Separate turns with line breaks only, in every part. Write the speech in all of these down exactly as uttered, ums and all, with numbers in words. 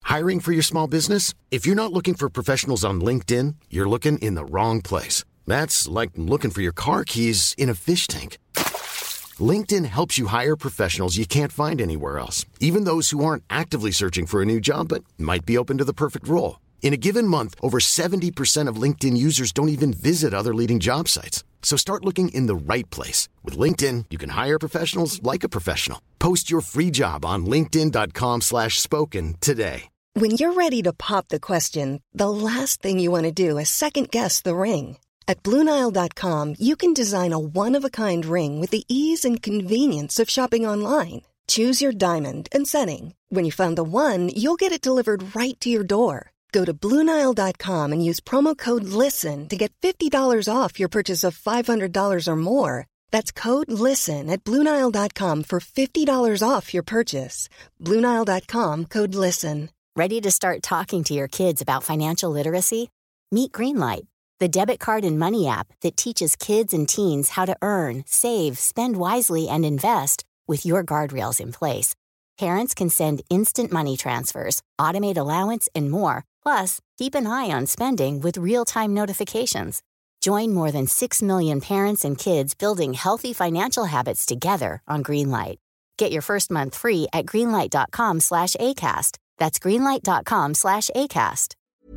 Hiring for your small business? If you're not looking for professionals on LinkedIn, you're looking in the wrong place. That's like looking for your car keys in a fish tank. LinkedIn helps you hire professionals you can't find anywhere else, even those who aren't actively searching for a new job but might be open to the perfect role. In a given month, over seventy percent of LinkedIn users don't even visit other leading job sites. So start looking in the right place. With LinkedIn, you can hire professionals like a professional. Post your free job on linkedin dot com slash spoken today.
When you're ready to pop the question, the last thing you want to do is second-guess the ring. At Blue Nile dot com, you can design a one-of-a-kind ring with the ease and convenience of shopping online. Choose your diamond and setting. When you find the one, you'll get it delivered right to your door. Go to Blue Nile dot com and use promo code LISTEN to get fifty dollars off your purchase of five hundred dollars or more. That's code LISTEN at Blue Nile dot com for fifty dollars off your purchase. Blue Nile dot com, code LISTEN.
Ready to start talking to your kids about financial literacy? Meet Greenlight, the debit card and money app that teaches kids and teens how to earn, save, spend wisely, and invest with your guardrails in place. Parents can send instant money transfers, automate allowance, and more. Plus, keep an eye on spending with real-time notifications. Join more than six million parents and kids building healthy financial habits together on Greenlight. Get your first month free at greenlight dot com slash acast. That's greenlight dot com slash acast.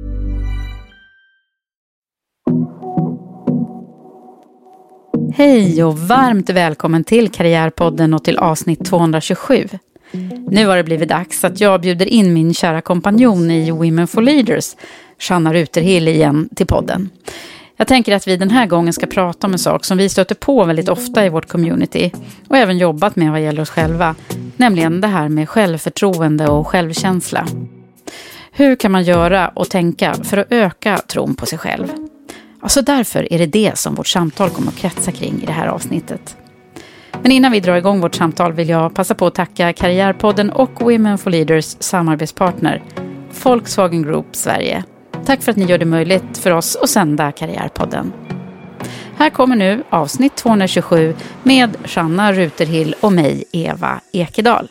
Hej och varmt välkommen till Karriärpodden och till avsnitt tvåhundratjugosju. Nu har det blivit dags att jag bjuder in min kära kompanjon i Women for Leaders, Shanna Ruterhill, igen till podden. Jag tänker att vi den här gången ska prata om en sak som vi stöter på väldigt ofta i vårt community och även jobbat med vad gäller oss själva, nämligen det här med självförtroende och självkänsla. Hur kan man göra och tänka för att öka tron på sig själv? Alltså därför är det det som vårt samtal kommer att kretsa kring i det här avsnittet. Men innan vi drar igång vårt samtal vill jag passa på att tacka Karriärpodden och Women for Leaders samarbetspartner Volkswagen Group Sverige. Tack för att ni gör det möjligt för oss att sända Karriärpodden. Här kommer nu avsnitt tvåhundratjugosju med Shanna Ruterhill och mig, Eva Ekedal.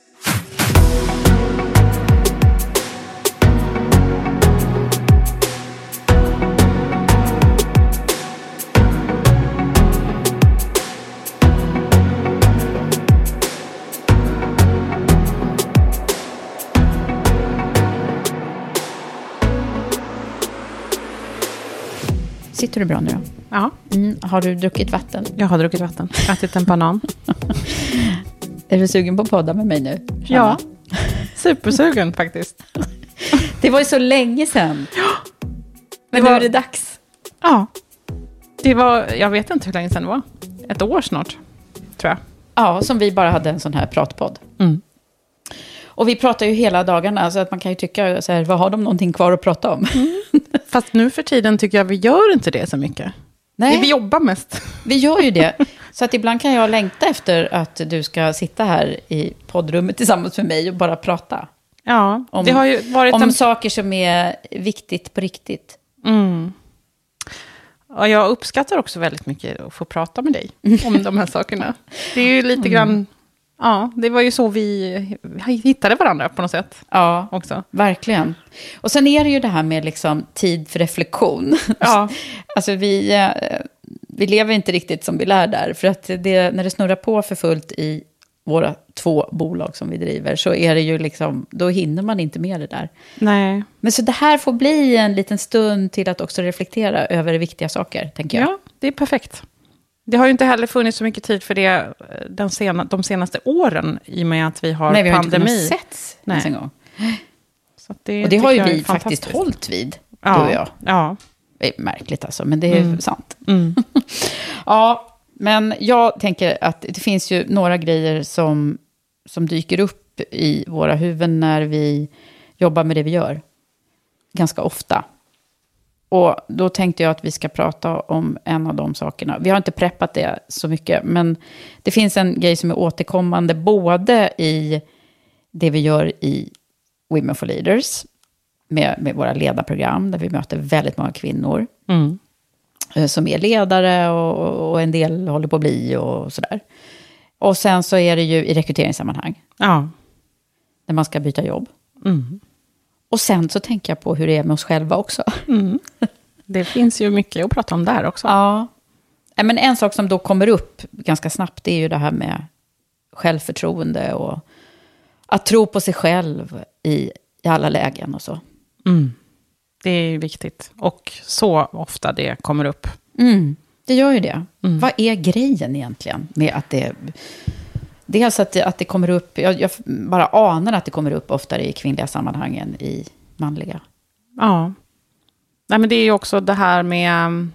Sitter du bra nu då?
Ja.
Mm, har du druckit vatten?
Jag har druckit vatten. Ätit en banan.
Är du sugen på att podda med mig nu? Shanna?
Ja. Supersugen faktiskt.
Det var ju så länge sedan.
Ja.
Men
var...
nu är det dags.
Ja. Det var, jag vet inte hur länge sedan det var. Ett år snart, tror jag.
Ja, som vi bara hade en sån här pratpodd.
Mm.
Och vi pratar ju hela dagarna, så att man kan ju tycka så här, vad har de någonting kvar att prata om?
Mm. Fast nu för tiden tycker jag vi gör inte det så mycket.
Nej.
Vi jobbar mest.
Vi gör ju det. Så att ibland kan jag längta efter att du ska sitta här i poddrummet tillsammans med mig och bara prata.
Ja,
om,
det har ju varit
om
en...
saker som är viktigt på riktigt.
Mm. Och jag uppskattar också väldigt mycket att få prata med dig om de här sakerna. Det är ju lite grann... Mm. Ja, det var ju så vi hittade varandra på något sätt.
Ja,
också.
Verkligen. Och sen är det ju det här med liksom tid för reflektion.
Ja.
Alltså vi, vi lever inte riktigt som vi lär där. För att det, när det snurrar på för fullt i våra två bolag som vi driver, så är det ju liksom, då hinner man inte med det där.
Nej.
Men så det här får bli en liten stund till att också reflektera över viktiga saker, tänker jag.
Ja, det är perfekt. Det har ju inte heller funnits så mycket tid för det den sena, de senaste åren i och med att vi har
Nej, vi har
pandemi.
inte kunnat setts ens en gång.
Så det,
och det har ju vi faktiskt hållit vid,
ja,
du och jag.
Ja.
Det är märkligt alltså, men det är
mm.
sant.
Mm.
Ja, men jag tänker att det finns ju några grejer som, som dyker upp i våra huvuden när vi jobbar med det vi gör. Ganska ofta. Och då tänkte jag att vi ska prata om en av de sakerna. Vi har inte preppat det så mycket, men det finns en grej som är återkommande både i det vi gör i Women for Leaders med, med våra ledarprogram där vi möter väldigt många kvinnor
mm.
som är ledare och, och en del håller på att bli och sådär. Och sen så är det ju i rekryteringssammanhang.
Ja.
När man ska byta jobb.
Mm.
Och sen så tänker jag på hur det är med oss själva också.
Mm. Det finns ju mycket att prata om där också.
Ja. Men en sak som då kommer upp ganska snabbt, det är ju det här med självförtroende och att tro på sig själv i, i alla lägen och så.
Mm. Det är viktigt. Och så ofta det kommer upp.
Mm. Det gör ju det.
Mm.
Vad är grejen egentligen med att det... Dels att det, att det kommer upp... Jag, jag bara anar att det kommer upp oftare i kvinnliga sammanhang än i manliga.
Ja. Nej, men det är ju också det här med...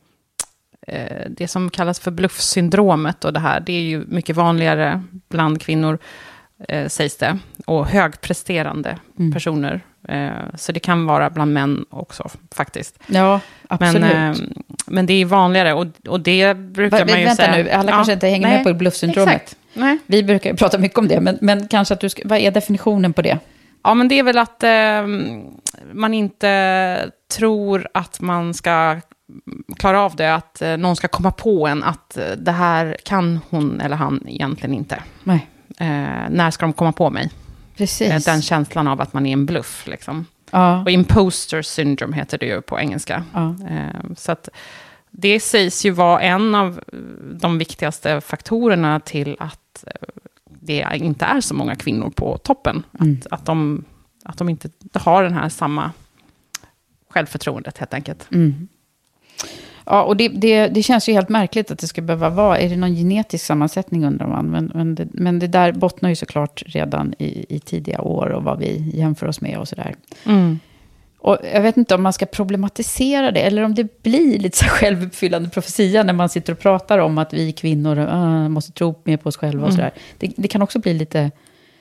Eh, det som kallas för bluffsyndromet. Och det här, det är ju mycket vanligare bland kvinnor, eh, sägs det. Och högpresterande mm. personer. Eh, så det kan vara bland män också, faktiskt.
Ja, absolut.
Men, eh, men det är vanligare. Och, och det brukar
Va,
man ju
vänta
säga...
nu, alla
ja,
kanske inte hänger
nej,
med på bluffsyndromet.
Exakt. Nej.
Vi brukar ju prata mycket om det, men, men kanske att du ska... Vad är definitionen på det?
Ja, men det är väl att eh, man inte tror att man ska klara av det, att eh, någon ska komma på en att eh, det här kan hon eller han egentligen inte.
Nej.
Eh, när ska de komma på mig?
Precis.
Eh, den känslan av att man är en bluff, liksom.
Ja.
Och imposter syndrome heter det ju på engelska.
Ja.
Eh, så att det sägs ju vara en av de viktigaste faktorerna till att det inte är så många kvinnor på toppen.
Mm.
Att, att, de, att de inte har den här samma självförtroendet, helt enkelt.
Mm. Ja, och det, det, det känns ju helt märkligt att det ska behöva vara. Är det någon genetisk sammansättning, undrar man? Men, men, det, men det där bottnar ju såklart redan i, i tidiga år och vad vi jämför oss med och sådär.
Mm.
Och jag vet inte om man ska problematisera det, eller om det blir lite så självuppfyllande profetia när man sitter och pratar om att vi kvinnor äh, måste tro mer på oss själva och sådär. Det, det kan också bli lite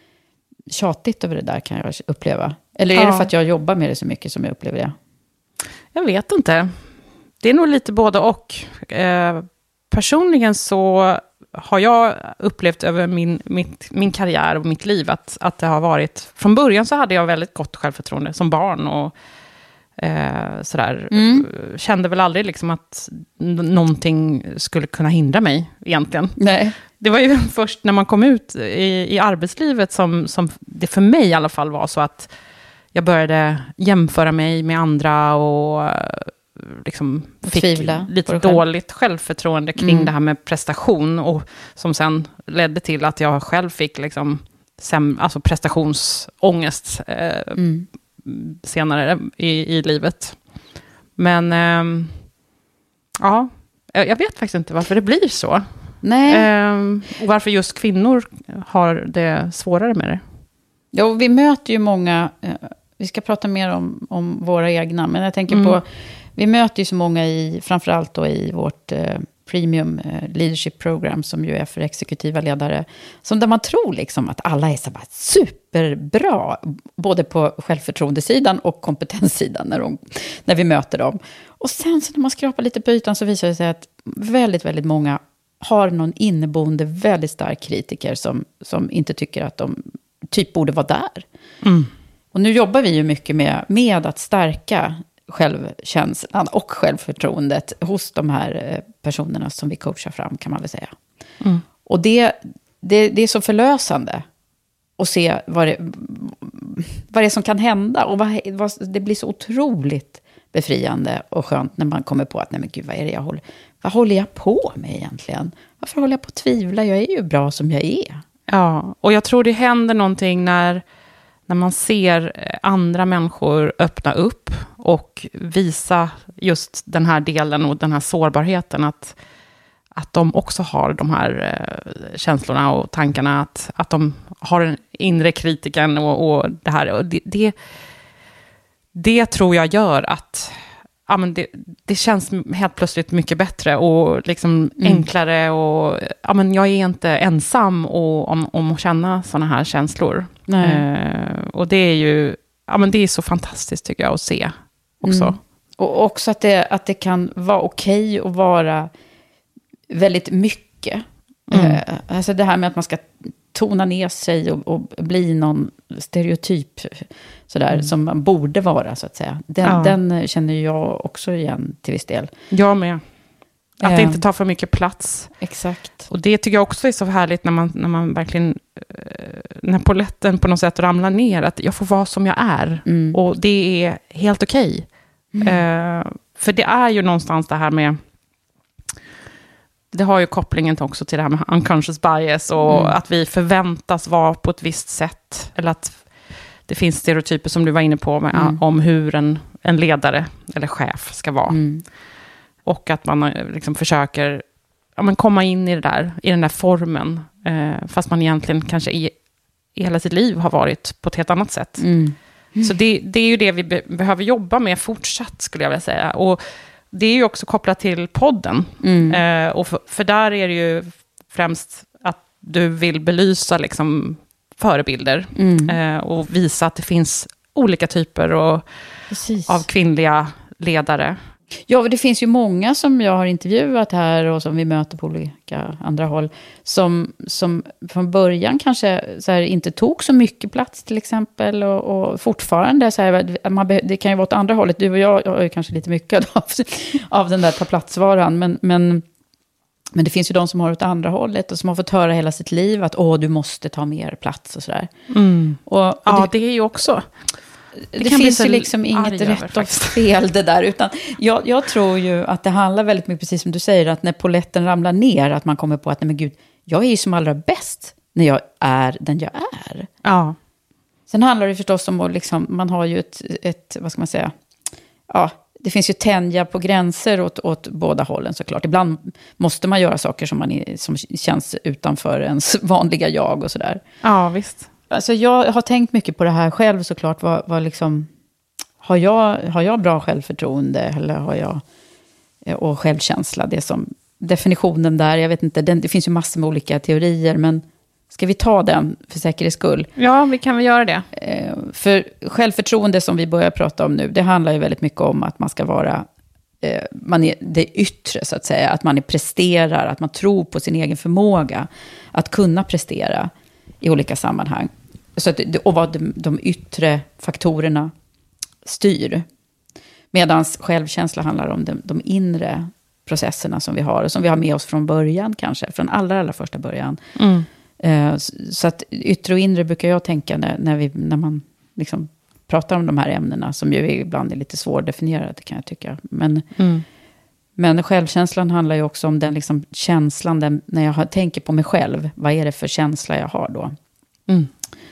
tjatigt över det där, kan jag uppleva. Eller är
ja.
det för att jag jobbar med det så mycket som jag upplever det?
Jag vet inte. Det är nog lite både och. Eh, personligen så har jag upplevt över min, mitt, min karriär och mitt liv att, att det har varit... Från början så hade jag väldigt gott självförtroende som barn och eh, sådär. Mm. Kände väl aldrig liksom att n- någonting skulle kunna hindra mig egentligen.
Nej.
Det var ju först när man kom ut i, i arbetslivet som, som det för mig i alla fall var så att jag började jämföra mig med andra och... liksom fick
Tvivla
lite dåligt självförtroende kring mm. det här med prestation och som sen ledde till att jag själv fick liksom sem, alltså prestationsångest eh, mm. senare i, i livet. Men eh, ja, jag vet faktiskt inte varför det blir så.
Nej.
Eh, och varför just kvinnor har det svårare med det.
Ja, vi möter ju många, eh, vi ska prata mer om, om våra egna, men jag tänker mm. på vi möter ju så många i, framförallt då i vårt eh, premium eh, leadership program som ju är för exekutiva ledare. Som där man tror liksom att alla är så bara superbra. Både på självförtroendesidan och kompetenssidan när, de, när vi möter dem. Och sen så när man skrapar lite på ytan så visar det sig att väldigt, väldigt många har någon inneboende väldigt stark kritiker som, som inte tycker att de typ borde vara där. Mm. Och nu jobbar vi ju mycket med, med att stärka självkänslan och självförtroendet hos de här personerna som vi coachar fram, kan man väl säga. Mm. Och det, det, det är så förlösande att se vad det, vad det är som kan hända. Och vad, vad, det blir så otroligt befriande och skönt när man kommer på att nej men gud, vad är det jag håller, vad håller jag på med egentligen? Varför håller jag på att tvivla? Jag är ju bra som jag är.
Ja, och jag tror det händer någonting när när man ser andra människor öppna upp och visa just den här delen och den här sårbarheten, att, att de också har de här eh, känslorna och tankarna, att, att de har en inre kritiken och, och det här. Och det, det, det tror jag gör att ja, men det, det känns helt plötsligt mycket bättre och liksom mm. enklare och ja, men jag är inte ensam och, om, om att känna såna här känslor. Eh, och det är ju ja, men det är så fantastiskt tycker jag att se också. Mm.
Och också att det, att det kan vara okej att vara väldigt mycket. Mm. Eh, alltså det här med att man ska tona ner sig och, och bli någon stereotyp sådär, mm. som man borde vara så att säga. Den, ja. den känner jag också igen till viss del.
Jag med. Att
eh,
det inte tar för mycket plats.
Exakt.
Och det tycker jag också är så härligt när man, när man verkligen, när polletten på något sätt ramlar ner, att jag får vara som jag är.
Mm.
Och det är helt okej.
Mm.
Eh, för det är ju någonstans det här med, det har ju kopplingen också till det här med unconscious bias och
Mm.
att vi förväntas vara på ett visst sätt. Eller att det finns stereotyper som du var inne på med,
Mm.
om hur en, en ledare eller chef ska vara.
Mm.
Och att man liksom försöker ja, men komma in i det där, i den där formen. Eh, fast man egentligen kanske i, i hela sitt liv har varit på ett helt annat sätt.
Mm.
Så det, det är ju det vi be- behöver jobba med fortsatt, skulle jag vilja säga. Och det är ju också kopplat till podden.
Mm.
Eh, och för, för där är det ju främst att du vill belysa liksom, förebilder.
Mm.
Eh, och visa att det finns olika typer och,
Precis.
av kvinnliga ledare.
Ja, det finns ju många som jag har intervjuat här och som vi möter på olika andra håll som, som från början kanske så här, inte tog så mycket plats till exempel och, och fortfarande så här, man be, det kan ju vara åt andra hållet. Du och jag har ju kanske lite mycket av, av den där ta platsvaran, men, men, men det finns ju de som har åt andra hållet och som har fått höra hela sitt liv att åh, du måste ta mer plats och sådär.
Mm.
Och, och
Ja,
det,
det är ju också...
Det,
det
det finns
ju
ju liksom inget rätt och fel det där. Utan jag, jag tror ju att det handlar väldigt mycket, precis som du säger, att när poletten ramlar ner, att man kommer på att nej men gud, jag är ju som allra bäst när jag är den jag är.
Ja.
Sen handlar det förstås om att liksom, man har ju ett, ett, vad ska man säga, ja, det finns ju tänja på gränser åt, åt båda hållen såklart. Ibland måste man göra saker som, man är, som känns utanför ens vanliga jag och sådär.
Ja, visst.
Alltså jag har tänkt mycket på det här själv såklart. Vad, vad liksom, har, jag, har jag bra självförtroende eller har jag och självkänsla? Det som definitionen där, jag vet inte, den, det finns ju massor med olika teorier, men ska vi ta den för säkerhets skull?
Ja, vi kan väl göra det.
Eh, för självförtroende som vi börjar prata om nu, det handlar ju väldigt mycket om att man ska vara, eh, man är det yttre så att säga, att man är presterar, att man tror på sin egen förmåga att kunna prestera i olika sammanhang. Så att, och vad de, de yttre faktorerna styr. Medan självkänsla handlar om de, de inre processerna som vi har. Och som vi har med oss från början kanske. Från allra, allra första början.
Mm.
Eh, så, så att yttre och inre brukar jag tänka när, när, vi, när man liksom pratar om de här ämnena. Som ju ibland är lite svårdefinierade kan jag tycka. Men...
Mm.
Men självkänslan handlar ju också om den liksom känslan, den, när jag har, tänker på mig själv, vad är det för känsla jag har då?
Mm.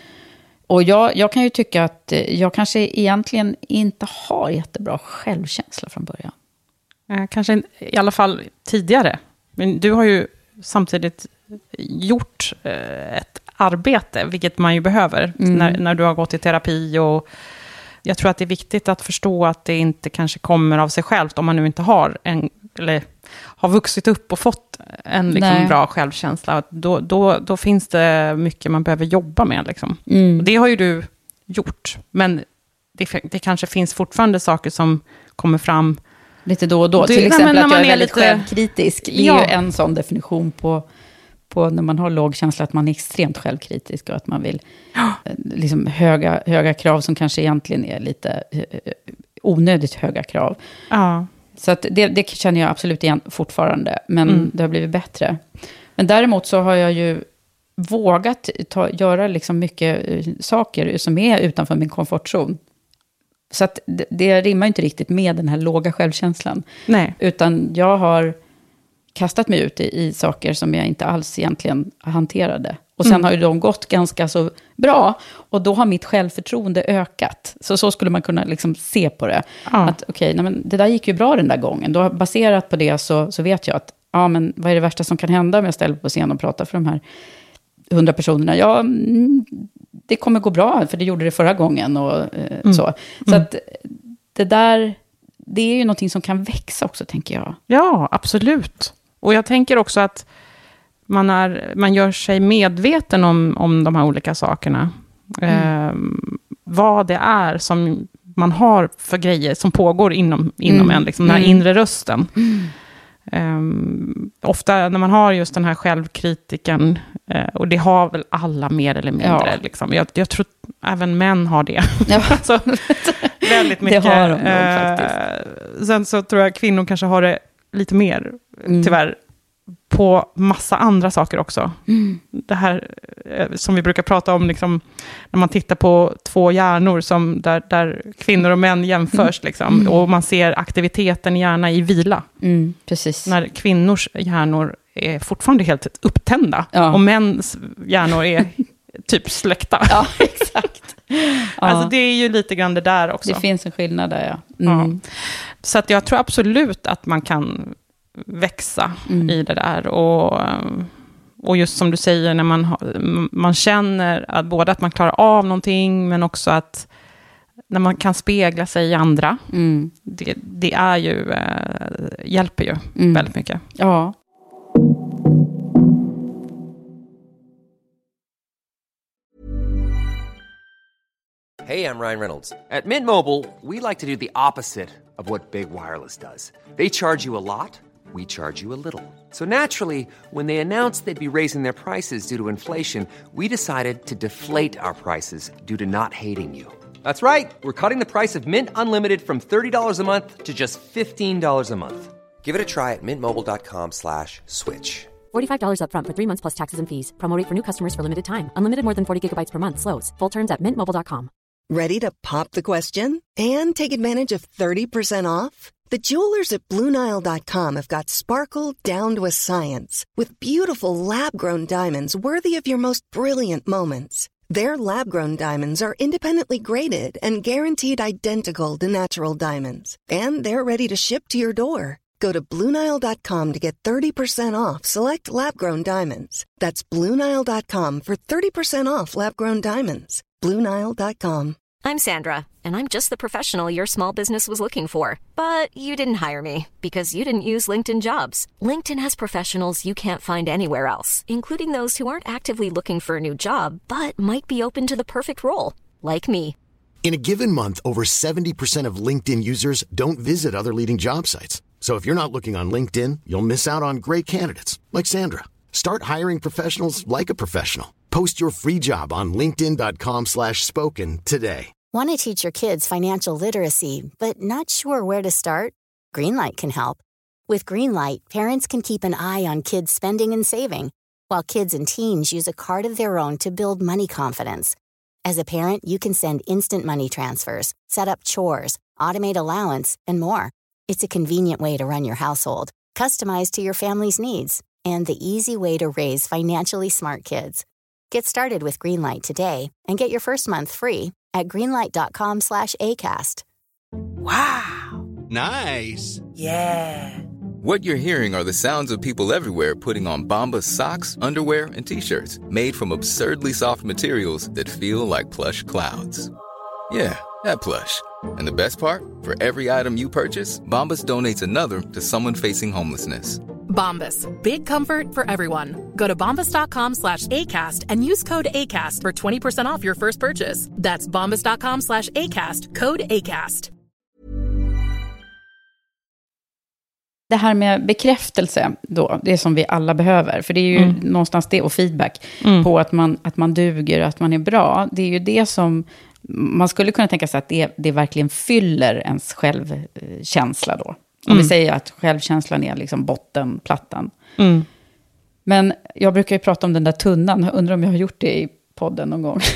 Och jag, jag kan ju tycka att jag kanske egentligen inte har jättebra självkänsla från början.
Eh, kanske i alla fall tidigare. Men du har ju samtidigt gjort eh, ett arbete, vilket man ju behöver
Mm.
när, när du har gått i terapi. Och jag tror att det är viktigt att förstå att det inte kanske kommer av sig självt om man nu inte har en, eller har vuxit upp och fått en liksom bra självkänsla. Då, då, då finns det mycket man behöver jobba med. Liksom.
Mm.
Och det har ju du gjort. Men det, det kanske finns fortfarande saker som kommer fram.
Lite då och då.
Du,
Till exempel
nej,
att jag är,
är
väldigt
lite
självkritisk. Det är
ja.
ju en sån definition på, på när man har låg känsla, att man är extremt självkritisk och att man vill
Ja.
liksom höga, höga krav som kanske egentligen är lite eh, onödigt höga krav.
Ja.
Så att det, det känner jag absolut igen fortfarande. Men
Mm.
det har blivit bättre. Men däremot så har jag ju vågat ta, göra liksom mycket eh, saker som är utanför min komfortzon. Så att det, det rimmar inte riktigt med den här låga självkänslan.
Nej.
Utan jag har kastat mig ut i, i saker som jag inte alls egentligen hanterade. Och sen
Mm.
har ju de gått ganska så bra. Och då har mitt självförtroende ökat. Så så skulle man kunna liksom se på det.
Ja.
Att okej, okay, men det där gick ju bra den där gången. Då baserat på det så, så vet jag att ja, men vad är det värsta som kan hända om jag ställer på scen och pratar för de här hundra personerna? Ja, mm, det kommer gå bra, för det gjorde det förra gången och eh,
Mm.
så. Så
Mm.
att det där, det är ju någonting som kan växa också, tänker jag.
Ja, absolut. Och jag tänker också att man, är, man gör sig medveten om, om de här olika sakerna. Mm. Eh, vad det är som man har för grejer som pågår inom, inom
Mm.
en, liksom, den här
Mm.
inre rösten.
Mm.
Um, ofta när man har just den här självkritiken, uh, och det har väl alla mer eller mindre,
Ja.
liksom. jag, jag tror även män har det.
Ja.
Alltså, väldigt mycket.
Det har de nog, faktiskt.
Uh, sen så tror jag kvinnor kanske har det lite mer,
mm.
tyvärr, på massa andra saker också.
Mm.
Det här som vi brukar prata om, liksom, när man tittar på två hjärnor som där, där kvinnor och män jämförs,
mm.
liksom,
Mm.
och man ser aktiviteten gärna i vila.
Mm, precis.
När kvinnors hjärnor är fortfarande helt upptända,
ja.
och mäns hjärnor är typ släckta.
Ja, exakt. Ja.
Alltså det är ju lite grann det där också.
Det finns en skillnad där, ja. Mm.
Ja. Så att jag tror absolut att man kan växa mm. i det där. Och, och just som du säger, när man, man känner att både att man klarar av någonting, men också att när man kan spegla sig i andra,
mm.
det, det är ju, äh, hjälper ju mm. väldigt mycket.
Ja.
Hey, I'm Ryan Reynolds. At Mint Mobile, we like to do the opposite of what Big Wireless does. They charge you a lot, we charge you a little. So naturally, when they announced they'd be raising their prices due to inflation, we decided to deflate our prices due to not hating you. That's right. We're cutting the price of Mint Unlimited from thirty dollars a month to just fifteen dollars a month. Give it a try at mintmobile.com slash switch.
forty-five dollars up front for three months plus taxes and fees. Promo rate for new customers for limited time. Unlimited more than forty gigabytes per month. Slows full terms at mint mobile dot com.
Ready to pop the question and take advantage of thirty percent off? The jewelers at Blue Nile dot com have got sparkle down to a science with beautiful lab-grown diamonds worthy of your most brilliant moments. Their lab-grown diamonds are independently graded and guaranteed identical to natural diamonds. And they're ready to ship to your door. Go to Blue Nile dot com to get thirty percent off select lab-grown diamonds. That's Blue Nile dot com for thirty percent off lab-grown diamonds. Blue Nile dot com.
I'm Sandra, and I'm just the professional your small business was looking for. But you didn't hire me because you didn't use LinkedIn Jobs. LinkedIn has professionals you can't find anywhere else, including those who aren't actively looking for a new job, but might be open to the perfect role, like me.
In a given month, over seventy percent of LinkedIn users don't visit other leading job sites. So if you're not looking on LinkedIn, you'll miss out on great candidates like Sandra. Start hiring professionals like a professional. Post your free job on linkedin dot com slash spoken today.
Want to teach your kids financial literacy, but not sure where to start? Greenlight can help. With Greenlight, parents can keep an eye on kids' spending and saving, while kids and teens use a card of their own to build money confidence. As a parent, you can send instant money transfers, set up chores, automate allowance, and more. It's a convenient way to run your household, customized to your family's needs, and the easy way to raise financially smart kids. Get started with Greenlight today and get your first month free at greenlight dot com slash ACAST.
Wow. Nice.
Yeah.
What you're hearing are the sounds of people everywhere putting on Bombas socks, underwear, and T-shirts made from absurdly soft materials that feel like plush clouds. Yeah, that plush. And the best part? For every item you purchase, Bombas donates another to someone facing homelessness.
Bombas. Big comfort for everyone. Go to bombas dot com slash ACAST and use code ACAST for twenty percent off your first purchase. That's bombas dot com slash ACAST. Code ACAST.
Det här med bekräftelse då, det som vi alla behöver. För det är ju mm. någonstans det och feedback mm. på att man, att man duger, att man är bra. Det är ju det som man skulle kunna tänka sig att det, det verkligen fyller ens självkänsla då. Om mm. vi säger att självkänslan är liksom bottenplattan. Mm. Men jag brukar ju prata om den där tunnan. Jag undrar om jag har gjort det i podden någon gång.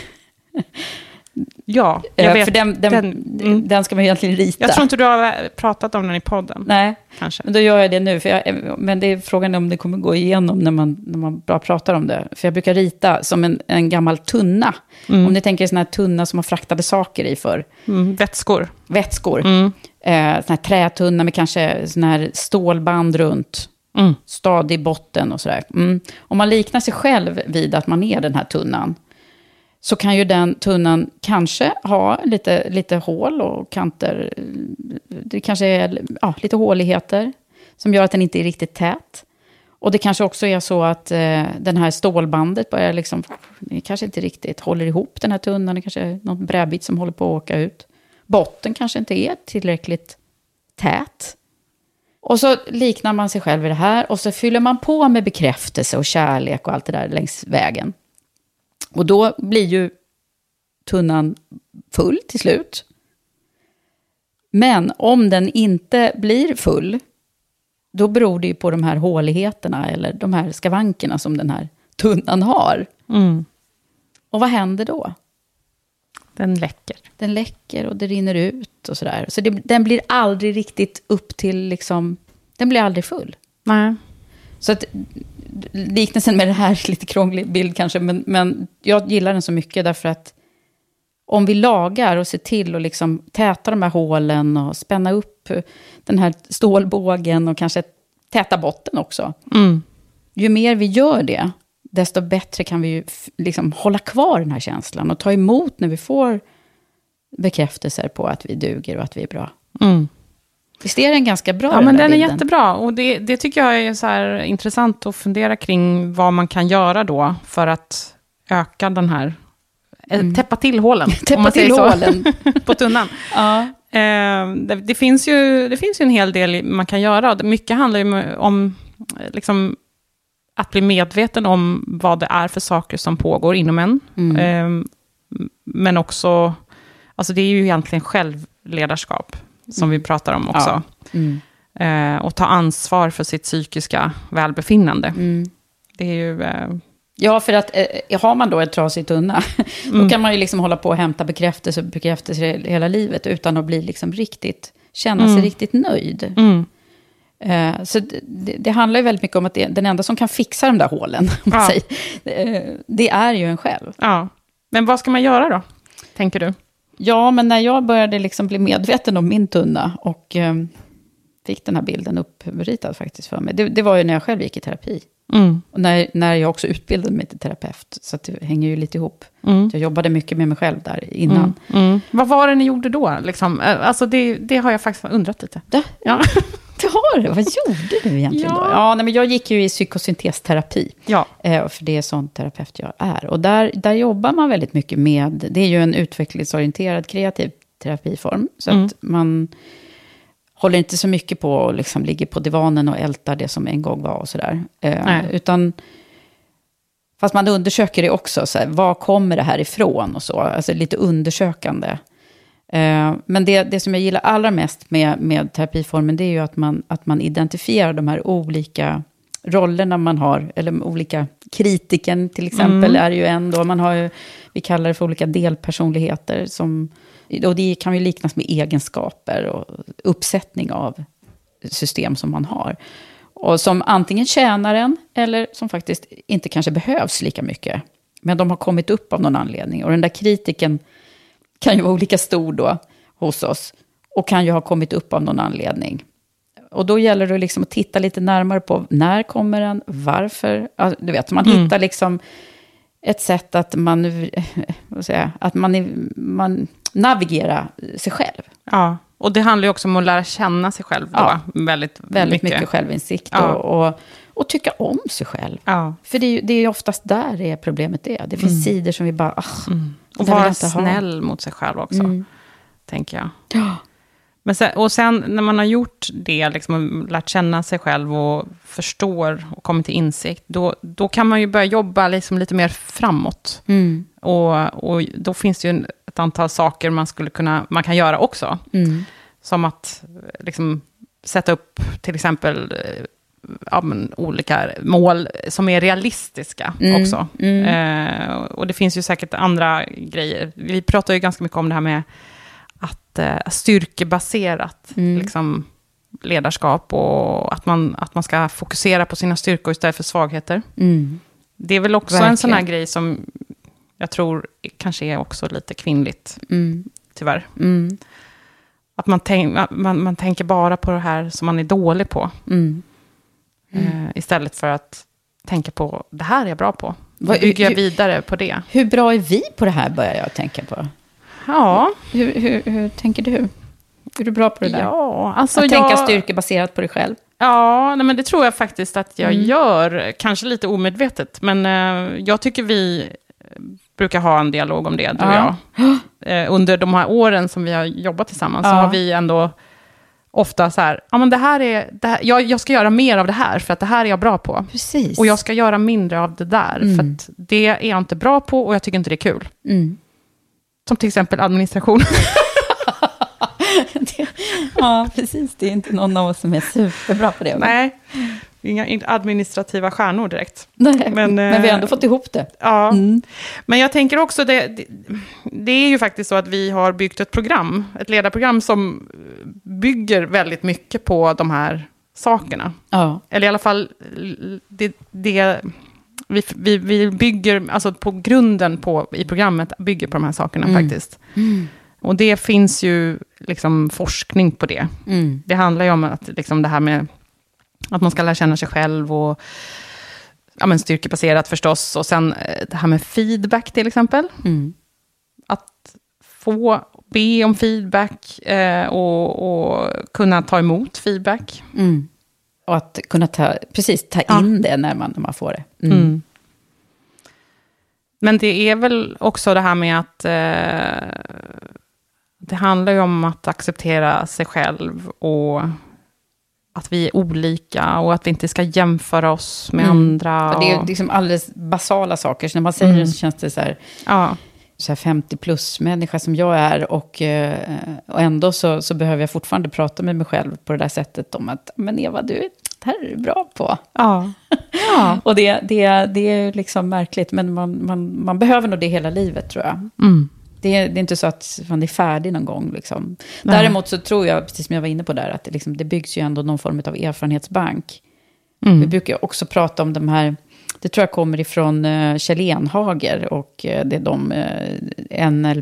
Ja, jag vet.
För den, den, den, mm. den ska man egentligen rita.
Jag tror inte du har pratat om den i podden.
Nej,
kanske.
Men då gör jag det nu. För jag, men det är frågan om det kommer gå igenom när man, när man bara pratar om det. För jag brukar rita som en, en gammal tunna. Mm. Om ni tänker sån här tunna som har fraktade saker i för.
Mm. Vätskor.
Vätskor.
Mm.
Eh, sån här trätunna med kanske sån här stålband runt. Mm. Stadig botten och sådär. Mm. Om man liknar sig själv vid att man är den här tunnan, så kan ju den tunnan kanske ha lite, lite hål och kanter. Det kanske är ja, lite håligheter som gör att den inte är riktigt tät. Och det kanske också är så att eh, den här stålbandet börjar liksom, det kanske inte riktigt håller ihop den här tunnan. Det kanske är någon brädbit som håller på att åka ut. Botten kanske inte är tillräckligt tät. Och så liknar man sig själv i det här. Och så fyller man på med bekräftelse och kärlek och allt det där längs vägen. Och då blir ju tunnan full till slut. Men om den inte blir full, då beror det ju på de här håligheterna eller de här skavankerna som den här tunnan har.
Mm.
Och vad händer då?
Den läcker.
Den läcker och det rinner ut och sådär. Så det, den blir aldrig riktigt upp till liksom, den blir aldrig full.
Nej.
Så att liknelsen med det här är lite krånglig bild kanske, men, men jag gillar den så mycket därför att om vi lagar och ser till att liksom täta de här hålen och spänna upp den här stålbågen och kanske täta botten också.
Mm.
Ju mer vi gör det, desto bättre kan vi ju liksom hålla kvar den här känslan och ta emot när vi får bekräftelser på att vi duger och att vi är bra.
Mm.
Visst är den ganska bra?
Ja, men den är
bilden?
jättebra. Och det, det tycker jag är så här intressant att fundera kring vad man kan göra då för att öka den här, mm. täppa till hålen.
Täppa till hålen.
På tunnan.
Ja.
Eh, det, det, finns ju, det finns ju en hel del man kan göra. Mycket handlar ju om liksom, att bli medveten om vad det är för saker som pågår inom en.
Mm.
Eh, men också, alltså det är ju egentligen självledarskap som
mm.
vi pratar om också.
Ja. Mm.
Eh, och ta ansvar för sitt psykiska välbefinnande.
Mm.
Det är ju... Eh...
Ja, för att eh, har man då ett trasig tunna,
Mm.
då kan man ju liksom hålla på och hämta bekräftelse, bekräftelse hela livet utan att bli liksom riktigt, känna sig
Mm.
riktigt nöjd.
Mm.
Eh, så det, det handlar ju väldigt mycket om att det, den enda som kan fixa de där hålen, om man
Ja.
säger, eh, det är ju en själv.
Ja. Men vad ska man göra då, tänker du?
Ja, men när jag började liksom bli medveten om min tunna och eh, fick den här bilden uppritad faktiskt för mig. Det, det var ju när jag själv gick i terapi.
Mm.
Och när, när jag också utbildade mig till terapeut. Så att det hänger ju lite ihop.
Mm.
Jag jobbade mycket med mig själv där innan.
Mm. Mm. Vad var det ni gjorde då? Liksom? Alltså det, det har jag faktiskt undrat lite.
Det,
Ja.
det har du. Vad gjorde du egentligen
Ja.
då? Ja, nej, men jag gick ju i psykosyntesterapi.
Ja.
Eh, för det är sån terapeut jag är. Och där, där jobbar man väldigt mycket med... Det är ju en utvecklingsorienterad kreativ terapiform. Så
Mm.
att man håller inte så mycket på och liksom ligger på divanen och ältar det som en gång var och sådär. Eh, utan... Fast man undersöker det också. Så här, var kommer det här ifrån och så. Alltså lite undersökande. Eh, men det, det som jag gillar allra mest med, med terapiformen, det är ju att man, att man identifierar de här olika rollerna man har. Eller olika kritiken till exempel
Mm.
är ju en då. Man har ju, vi kallar det för olika delpersonligheter. Som, och det kan ju liknas med egenskaper och uppsättning av system som man har. Och som antingen tjänar en eller som faktiskt inte kanske behövs lika mycket. Men de har kommit upp av någon anledning. Och den där kritiken kan ju vara olika stor då hos oss. Och kan ju ha kommit upp av någon anledning. Och då gäller det liksom att titta lite närmare på när kommer den, varför. Alltså, du vet, man
Mm.
hittar liksom ett sätt att man, vad säger jag, att man, man navigerar sig själv.
Ja, och det handlar ju också om att lära känna sig själv då.
Ja.
Väldigt,
Väldigt mycket,
mycket
självinsikt
Ja.
och, och, och tycka om sig själv.
Ja.
För det är ju det är ju oftast där det är problemet är. Det finns
Mm.
sidor som vi bara, ah,
Mm. Och
det vill jag
vara
inte ha.
snäll mot sig själv också,
Mm.
tänker jag.
Ja.
Men sen, och sen när man har gjort det, liksom, och lärt känna sig själv och förstår och kommit till insikt, då, då kan man ju börja jobba liksom lite mer framåt.
Mm.
Och, och då finns det ju en, ett antal saker man, skulle kunna, man kan göra också.
Mm.
Som att liksom, sätta upp till exempel eh, ja, men, olika mål som är realistiska
Mm.
också.
Mm.
Eh, och det finns ju säkert andra grejer. Vi pratar ju ganska mycket om det här med att eh, styrkebaserat
Mm.
liksom, ledarskap och att man, att man ska fokusera på sina styrkor istället för svagheter.
Mm.
Det är väl också
Verkligen.
en sån här grej som jag tror kanske är också lite kvinnligt,
Mm.
tyvärr.
Mm.
Att man, tänk, man, man tänker bara på det här som man är dålig på.
Mm.
Eh, istället för att tänka på, det här är jag bra på.
Vad-
Vad bygger jag
hur-
vidare på det?
Hur bra är vi på det här, börjar jag tänka på.
Ja,
Hur, hur, hur tänker du? Är du bra på det där?
ja alltså
Att
jag,
tänka styrkebaserat på dig själv?
Ja, nej, men det tror jag faktiskt att jag
Mm.
gör. Kanske lite omedvetet. Men eh, jag tycker vi brukar ha en dialog om det, du och
Ja.
jag. Eh, under de här åren som vi har jobbat tillsammans så
Ja.
har vi ändå ofta så här, ja men det här är, det här, jag, jag ska göra mer av det här för att det här är jag bra på.
Precis.
Och jag ska göra mindre av det där
Mm.
för att det är jag inte bra på och jag tycker inte det är kul.
Mm.
Som till exempel administration.
det, Ja, precis. Det är inte någon av oss som är superbra på det. Men...
Nej, inga administrativa stjärnor direkt.
Nej, men, men vi har ändå
eh,
fått ihop det.
Ja,
mm.
Men jag tänker också, det, det, det är ju faktiskt så att vi har byggt ett program, ett ledarprogram som bygger väldigt mycket på de här sakerna.
Ja.
Eller i alla fall, det, det, vi, vi, vi bygger, alltså på grunden på, i programmet bygger på de här sakerna mm. faktiskt.
Mm.
Och det finns ju liksom forskning på det.
Mm.
Det handlar ju om att liksom det här med att man ska lära känna sig själv och ja, men styrkebaserat förstås. Och sen det här med feedback till exempel.
Mm.
Att få be om feedback eh, och, och kunna ta emot feedback.
Mm. Och att kunna ta, precis, ta
ja.
in det när man, när man får det. Mm.
Mm. Men det är väl också det här med att eh, det handlar ju om att acceptera sig själv och att vi är olika och att vi inte ska jämföra oss med mm. andra.
Och det är liksom alldeles basala saker. Så när man säger mm. det så känns det så här,
ja.
så här femtio plus människa som jag är. Och, och ändå så, så behöver jag fortfarande prata med mig själv på det där sättet om att, men Eva, du, det här är du bra på.
Ja. ja.
Och det, det, det är liksom märkligt, men man, man, man behöver nog det hela livet, tror jag.
Mm.
Det är, det är inte så att man är färdig någon gång. Liksom. Däremot så tror jag, precis som jag var inne på där, att det, liksom, det byggs ju ändå någon form av erfarenhetsbank. Mm. Vi brukar också prata om de här, det tror jag kommer ifrån uh, Kjell Enhager och uh, det är de uh, N L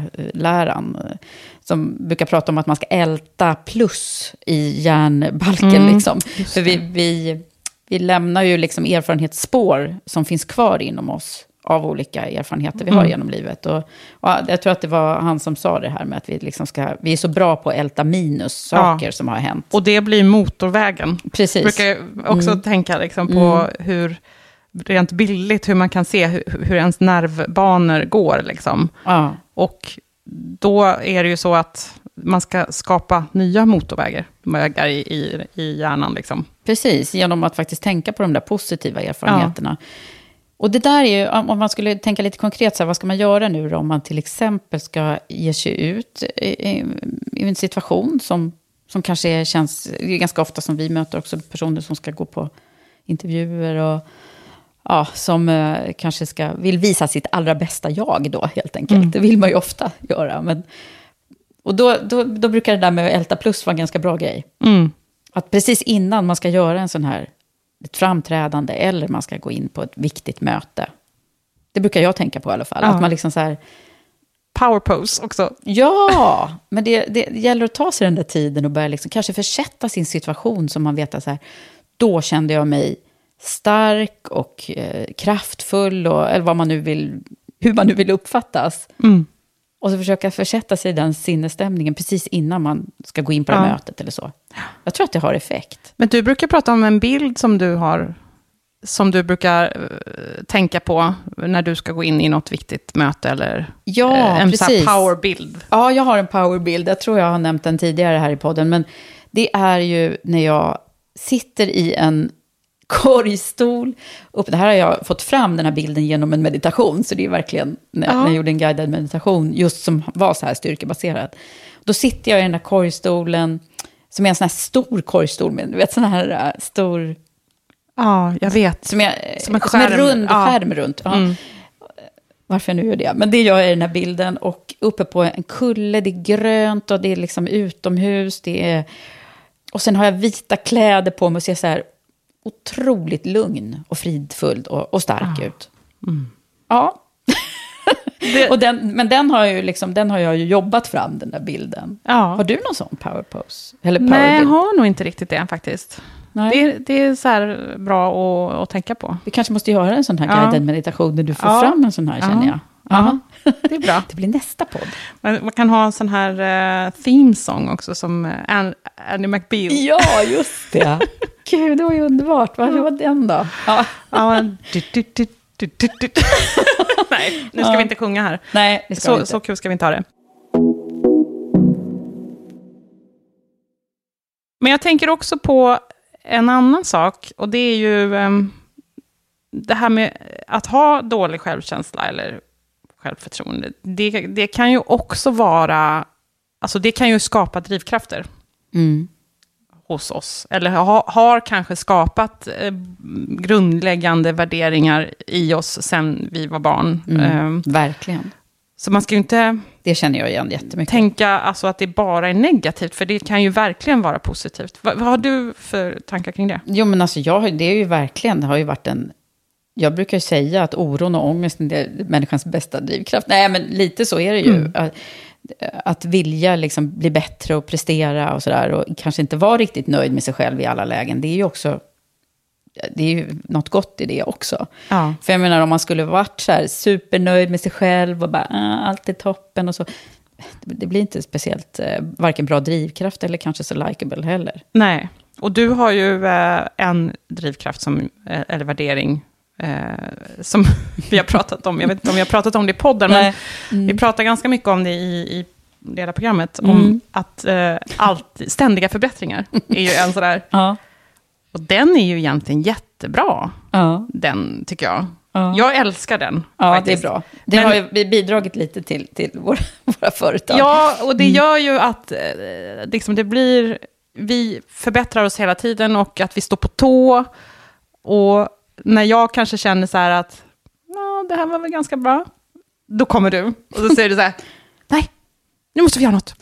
P-läran uh, som brukar prata om att man ska älta plus i hjärnbalken. Mm. Liksom. För vi, vi, vi lämnar ju liksom erfarenhetsspår som finns kvar inom oss av olika erfarenheter vi har mm. genom livet. Och, och jag tror att det var han som sa det här med att vi, liksom ska, vi är så bra på att älta minus saker ja. som har hänt.
Och det blir motorvägen.
Precis.
Jag brukar också mm. tänka liksom på mm. hur, rent billigt, hur man kan se hur, hur ens nervbanor går. Liksom.
Ja.
Och då är det ju så att man ska skapa nya motorvägar vägar i, i, i hjärnan. Liksom.
Precis, genom att faktiskt tänka på de där positiva erfarenheterna. Ja. Och det där är ju, om man skulle tänka lite konkret, så här, vad ska man göra nu då, om man till exempel ska ge sig ut i, i, i en situation som, som kanske är, känns, det är ganska ofta som vi möter också personer som ska gå på intervjuer och ja, som eh, kanske ska, vill visa sitt allra bästa jag då helt enkelt. Mm. Det vill man ju ofta göra. Men, och då, då, då brukar det där med att älta plus vara en ganska bra grej.
Mm.
Att precis innan man ska göra en sån här ett framträdande eller man ska gå in på ett viktigt möte. Det brukar jag tänka på i alla fall. Ja. Att man liksom så här...
Power pose också.
Ja, men det, det gäller att ta sig den där tiden och börja liksom kanske försätta sin situation som man vet att så här, då kände jag mig stark och eh, kraftfull och, eller vad man nu vill, hur man nu vill uppfattas.
Mm.
Och så försöka försätta sig i den sinnesstämningen precis innan man ska gå in på det ja. mötet eller så. Jag tror att det har effekt.
Men du brukar prata om en bild som du har, som du brukar uh, tänka på när du ska gå in i något viktigt möte eller
ja,
uh, en
precis.
powerbild.
Ja, jag har en powerbild. Jag tror jag har nämnt den tidigare här i podden. Men det är ju när jag sitter i en korgstol. Upp, det här har jag fått fram, den här bilden, genom en meditation. Så det är verkligen när,
ja.
när jag gjorde en guidad meditation just som var så här styrkebaserad. Då sitter jag i den här korgstolen som är en sån här stor korgstol med, du vet, sån här uh, stor...
Ja, jag vet.
Som, jag,
som en
skärm. Som en rund
ja.
skärm runt. Ja.
Mm.
Varför jag nu gör det. Men det gör jag i den här bilden. Och uppe på en kulle, det är grönt och det är liksom utomhus. Det är... Och sen har jag vita kläder på mig och ser så här otroligt lugn och fridfull och, och stark
ah.
ut.
Mm.
Ja. det... och den, men den har, ju liksom, den har jag ju jobbat fram, den där bilden.
Ja.
Har du någon sån power pose? Eller power
Nej, jag
bild?
har nog inte riktigt det faktiskt. Nej. Det, det är så här bra att, att tänka på.
Vi kanske måste göra en sån här
ja.
guided meditation när du får
ja.
fram en sån här,
ja.
känner jag.
Ja, det är bra.
Det blir nästa podd.
Man, man kan ha en sån här uh, theme song också som uh, Annie McBeal.
Ja, just det. Gud, det var ju underbart. Vad var den då?
Ja. ja du, du, du, du, du, du. Nej, nu ska ja. vi inte sjunga här.
Nej, det ska
så,
vi inte.
Så kul ska vi inte ha det. Men jag tänker också på en annan sak. Och det är ju um, det här med att ha dålig självkänsla eller självförtroende. Det, det kan ju också vara... Alltså det kan ju skapa drivkrafter. mm. hos oss. Eller ha, har kanske skapat eh, grundläggande värderingar i oss sen vi var barn.
Mm,
eh,
verkligen.
Så man ska ju inte...
Det känner jag igen jättemycket.
Tänka alltså att det bara är negativt, för det kan ju verkligen vara positivt. Vad, vad har du för tankar kring det?
Jo, men alltså jag, det är ju verkligen, det har ju varit en... Jag brukar ju säga att oron och ångesten är människans bästa drivkraft. Nej, men lite så är det ju. Mm. Att, att vilja liksom bli bättre och prestera och sådär. Och kanske inte vara riktigt nöjd med sig själv i alla lägen. Det är ju också... Det är ju något gott i det också.
Ja.
För jag menar, om man skulle varit så här supernöjd med sig själv och bara, ah, allt är toppen och så. Det blir inte speciellt, eh, varken bra drivkraft eller kanske så likeable heller.
Nej, och du har ju eh, en drivkraft som, eh, eller värdering eh, som vi har pratat om. Jag vet inte om vi har pratat om det i podden, Nej. men mm. vi pratar ganska mycket om det i, i ledarprogrammet. Mm. Om att eh, allt, ständiga förbättringar är ju en sådär...
Ja.
Och den är ju egentligen jättebra.
Ja.
Den, tycker jag.
Ja.
Jag älskar den.
Ja,
faktiskt.
Det är bra. Det Men, har ju bidragit lite till, till våra, våra företag.
Ja, och det gör ju att eh, liksom det blir... Vi förbättrar oss hela tiden och att vi står på tå. Och när jag kanske känner så här att ja, det här var väl ganska bra. Då kommer du. Och så säger du så här, nej, nu måste vi göra något.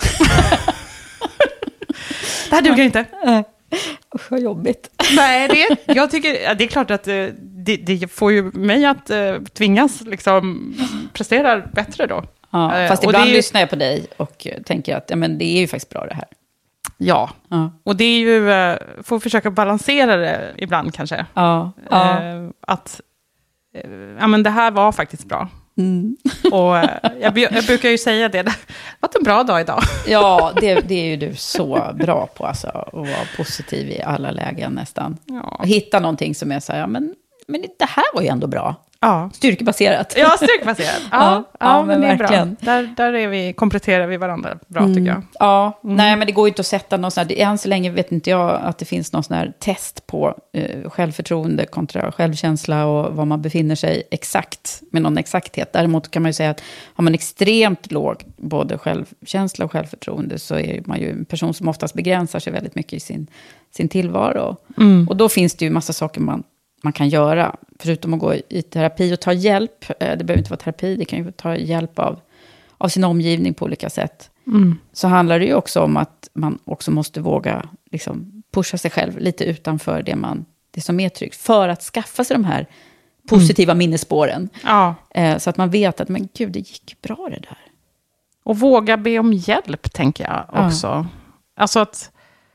Det här duger inte.
Usch, vad jobbigt.
Nej, det, jag tycker, det är klart att det, det får ju mig att uh, tvingas liksom prestera bättre då.
Ja, fast uh, ibland det, lyssnar jag på dig och tänker att ja, men det är ju faktiskt bra det här.
Ja, ja. Och det är ju, uh, får försöka balansera det ibland kanske.
Ja. Ja.
Uh, att, uh, ja men det här var faktiskt bra.
Mm.
Och uh, jag, jag brukar ju säga det, det var en bra dag idag.
Ja, det, det är ju du så bra på alltså, att vara positiv i alla lägen nästan.
Ja.
Och hitta någonting som är så här, ja, men, men det här var ju ändå bra.
Ja.
Styrkebaserat.
Ja, styrkebaserat. Ja, ja, ja, ja, men, men det är verkligen bra. Där, där är vi, kompletterar vi varandra bra, mm. tycker jag.
Ja, mm. nej, men det går ju inte att sätta någon sån här, än så länge vet inte jag att det finns någon sån här test på eh, självförtroende kontra självkänsla och var man befinner sig exakt, med någon exakthet. Däremot kan man ju säga att har man extremt låg både självkänsla och självförtroende så är man ju en person som oftast begränsar sig väldigt mycket i sin, sin tillvaro. Mm. Och då finns det ju massa saker man man kan göra, förutom att gå i terapi och ta hjälp. Det behöver inte vara terapi, det kan ju ta hjälp av, av sin omgivning på olika sätt. Mm. Så handlar det ju också om att man också måste våga liksom, pusha sig själv lite utanför det, man, det som är tryggt. För att skaffa sig de här positiva mm. minnesspåren.
Ja.
Så att man vet att, men gud, det gick bra det där.
Och våga be om hjälp, tänker jag också. Ja. Alltså att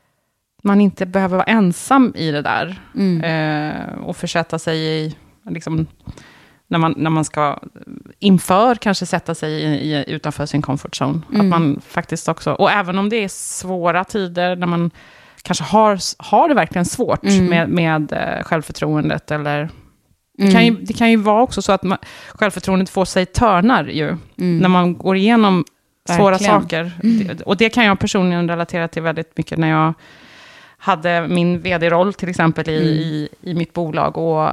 man inte behöver vara ensam i det där. Mm. Eh, och försätta sig i... Liksom, när, man, när man ska inför kanske sätta sig i, i, utanför sin comfort zone. Mm. Att man faktiskt också... Och även om det är svåra tider, när man kanske har, har det verkligen svårt mm. med, med uh, självförtroendet. Eller, mm. det, kan ju, det kan ju vara också så att man, självförtroendet får sig törnar ju. Mm. När man går igenom svåra verkligen. saker. Mm. Och det kan jag personligen relatera till väldigt mycket när jag hade min vd-roll till exempel i, mm. i, i mitt bolag. Och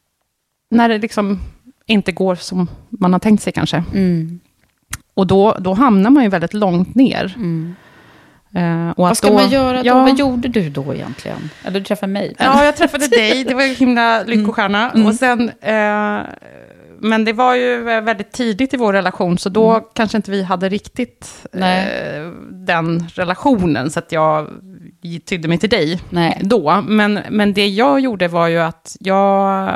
när det liksom inte går som man har tänkt sig kanske. Mm. Och då, då hamnar man ju väldigt långt ner. Mm. Uh, och
vad ska
då,
man göra då?
Ja,
vad gjorde du då egentligen? Eller du träffade mig?
Ja, jag träffade dig. Det var ju himla lyckostjärna. Mm. Och sen, uh, men det var ju väldigt tidigt i vår relation. Så då mm. kanske inte vi hade riktigt uh, den relationen. Så att jag tydde mig till dig Nej. då. Men, men det jag gjorde var ju att jag,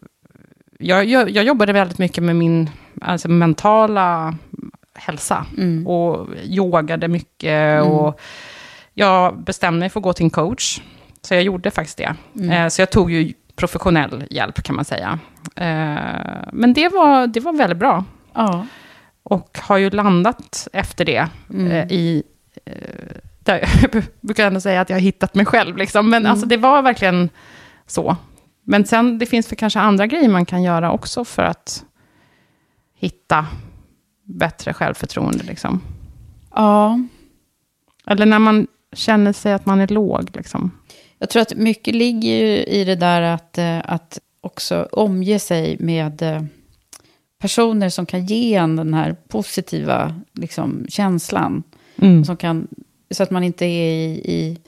jag, jag, jag jobbade väldigt mycket med min alltså mentala hälsa. Mm. Och yogade mycket. Mm. Och jag bestämde mig för att gå till en coach. Så jag gjorde faktiskt det. Mm. Eh, så jag tog ju professionell hjälp kan man säga. Eh, men det var, det var väldigt bra.
Ja.
Och har ju landat efter det mm. eh, i... Eh, där, jag brukar ändå säga att jag har hittat mig själv. Liksom. Men mm. alltså, det var verkligen så. Men sen det finns för kanske andra grejer man kan göra också för att hitta bättre självförtroende. Liksom.
Ja.
Eller när man känner sig att man är låg. Liksom.
Jag tror att mycket ligger ju i det där att, att också omge sig med personer som kan ge en den här positiva liksom, känslan. Mm. Som kan så att man inte är i, i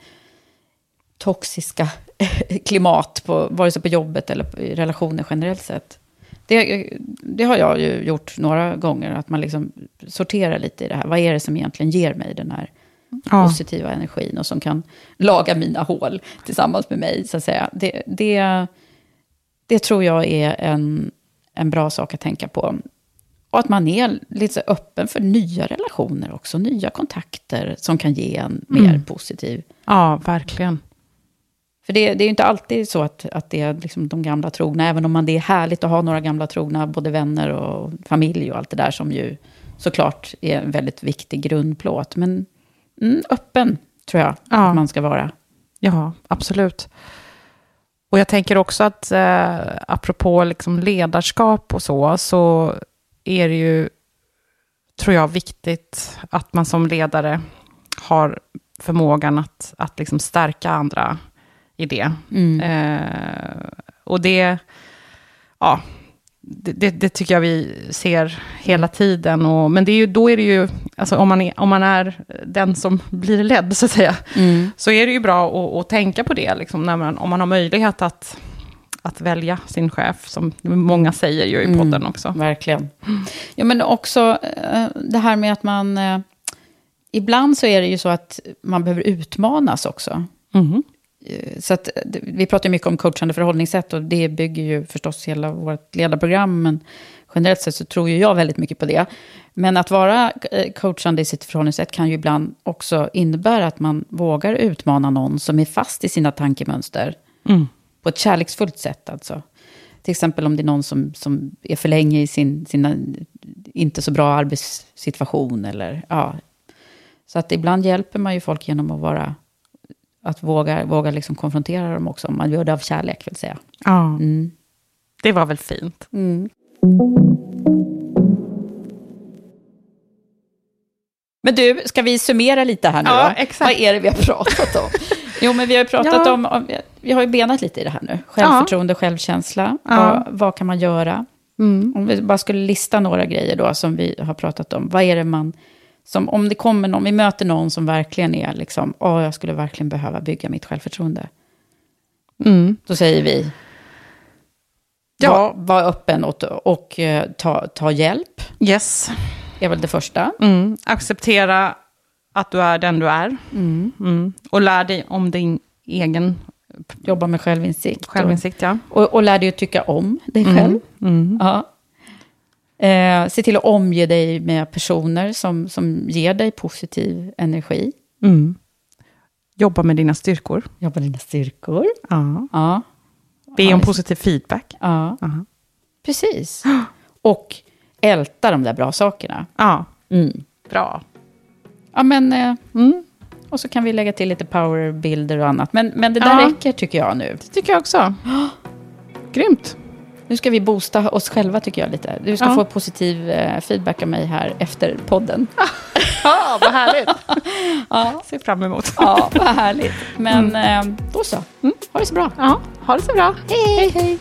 toxiska klimat, på, vare sig på jobbet eller i relationer generellt sett. Det, det har jag ju gjort några gånger, att man liksom sorterar lite i det här. Vad är det som egentligen ger mig den här ja. positiva energin och som kan laga mina hål tillsammans med mig, så att säga. Det, det, det tror jag är en, en bra sak att tänka på. Och att man är lite så öppen för nya relationer också, nya kontakter som kan ge en mer mm. positiv.
Ja, verkligen.
För det, det är ju inte alltid så att, att det är liksom de gamla trogna, även om man, det är härligt att ha några gamla trogna, både vänner och familj och allt det där, som ju såklart är en väldigt viktig grundplåt. Men mm, öppen tror jag ja. att man ska vara.
Ja, absolut. Och jag tänker också att eh, apropå liksom ledarskap och så, så är det ju, tror jag, viktigt att man som ledare har förmågan att, att liksom stärka andra i det. Mm. Eh, och det, ja, det, det, det tycker jag vi ser hela tiden. Och, men det är ju, då är det ju, alltså om man är, om man är den som blir ledd, så att säga, mm. så är det ju bra att, att tänka på det. Liksom, när man, om man har möjlighet att, att välja sin chef, som många säger ju i podden mm, också.
Verkligen. Ja, men också det här med att man, eh, ibland så är det ju så att man behöver utmanas också. Mm. Så att, vi pratar mycket om coachande förhållningssätt, och det bygger ju förstås hela vårt ledarprogram, men generellt sett så tror ju jag väldigt mycket på det. Men att vara coachande i sitt förhållningssätt kan ju ibland också innebära att man vågar utmana någon som är fast i sina tankemönster mm. på ett kärleksfullt sätt alltså. Till exempel om det är någon som, som är för länge i sin sina inte så bra arbetssituation eller ja. Så att ibland hjälper man ju folk genom att vara att våga, våga liksom konfrontera dem också. Man gör det av kärlek, vill säga.
Ja, mm. det var väl fint.
Mm. Men du, ska vi summera lite här nu
ja,
då?
Exakt.
Vad är det vi har pratat om? Jo, men vi har ju pratat ja. om, om, vi har ju benat lite i det här nu. Självförtroende, ja. självkänsla. Ja. Vad, vad kan man göra? Mm. Om vi bara skulle lista några grejer då som vi har pratat om. Vad är det man... Som om det kommer någon, vi möter någon som verkligen är liksom, åh, jag skulle verkligen behöva bygga mitt självförtroende. Mm. Då säger vi, ja. var, var öppen och, och ta, ta hjälp.
Yes.
Det är väl det första.
Mm. Acceptera att du är den du är. Mm. Mm. Och lär dig om din egen...
Jobba med självinsikt.
Självinsikt, ja.
Och, och lär dig att tycka om dig själv. Mm. Mm. Ja. Eh, se till att omge dig med personer som, som ger dig positiv energi.
Mm. Jobba med dina styrkor.
Jobba med dina styrkor.
Ja.
Ja.
Be om positiv feedback.
Ja. Uh-huh. Precis. Och älta de där bra sakerna.
Ja.
Mm.
Bra.
Ja, men... Eh, mm. Och så kan vi lägga till lite powerbilder och annat. Men, men det där ja. räcker, tycker jag nu.
Det tycker jag också.
Grymt. Nu ska vi boosta oss själva, tycker jag, lite. Du ska ja. få positiv eh, feedback av mig här efter podden.
Ja, vad härligt. Ja, ser fram emot.
Ja, vad härligt. Men mm. eh, då så. Mm. Ha det så bra.
Ja, ha det så bra.
Hej, hej, hej.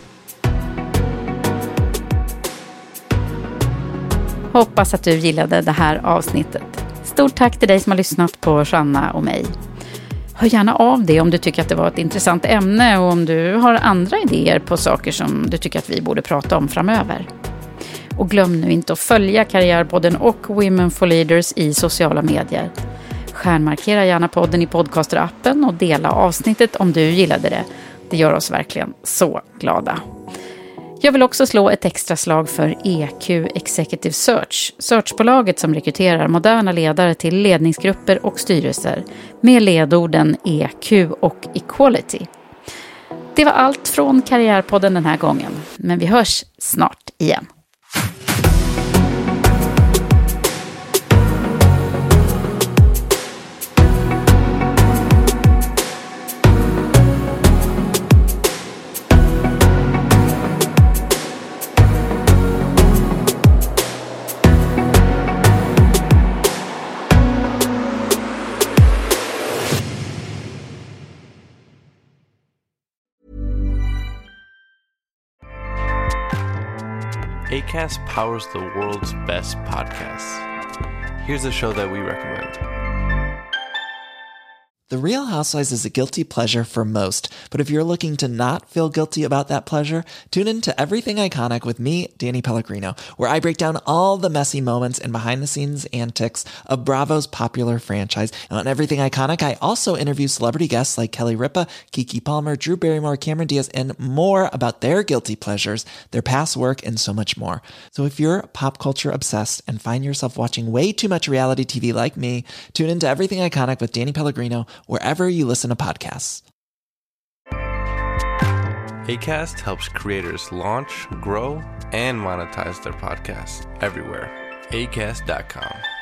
Hoppas att du gillade det här avsnittet. Stort tack till dig som har lyssnat på Shanna och mig. Hör gärna av dig om du tycker att det var ett intressant ämne och om du har andra idéer på saker som du tycker att vi borde prata om framöver. Och glöm nu inte att följa Karriärpodden och Women for Leaders i sociala medier. Stjärnmarkera gärna podden i Podcaster-appen och dela avsnittet om du gillade det. Det gör oss verkligen så glada. Jag vill också slå ett extra slag för E Q Executive Search, searchbolaget som rekryterar moderna ledare till ledningsgrupper och styrelser med ledorden E Q och Equality. Det var allt från Karriärpodden den här gången, men vi hörs snart igen.
Acast powers the world's best podcasts. Here's a show that we recommend. The Real Housewives is a guilty pleasure for most, but if you're looking to not feel guilty about that pleasure, tune in to Everything Iconic with me, Danny Pellegrino, where I break down all the messy moments and behind-the-scenes antics of Bravo's popular franchise. And on Everything Iconic, I also interview celebrity guests like Kelly Ripa, Keke Palmer, Drew Barrymore, Cameron Diaz, and more about their guilty pleasures, their past work, and so much more. So if you're pop culture obsessed and find yourself watching way too much reality T V like me, tune in to Everything Iconic with Danny Pellegrino, wherever you listen to podcasts.
Acast helps creators launch, grow, and monetize their podcasts everywhere. acast dot com.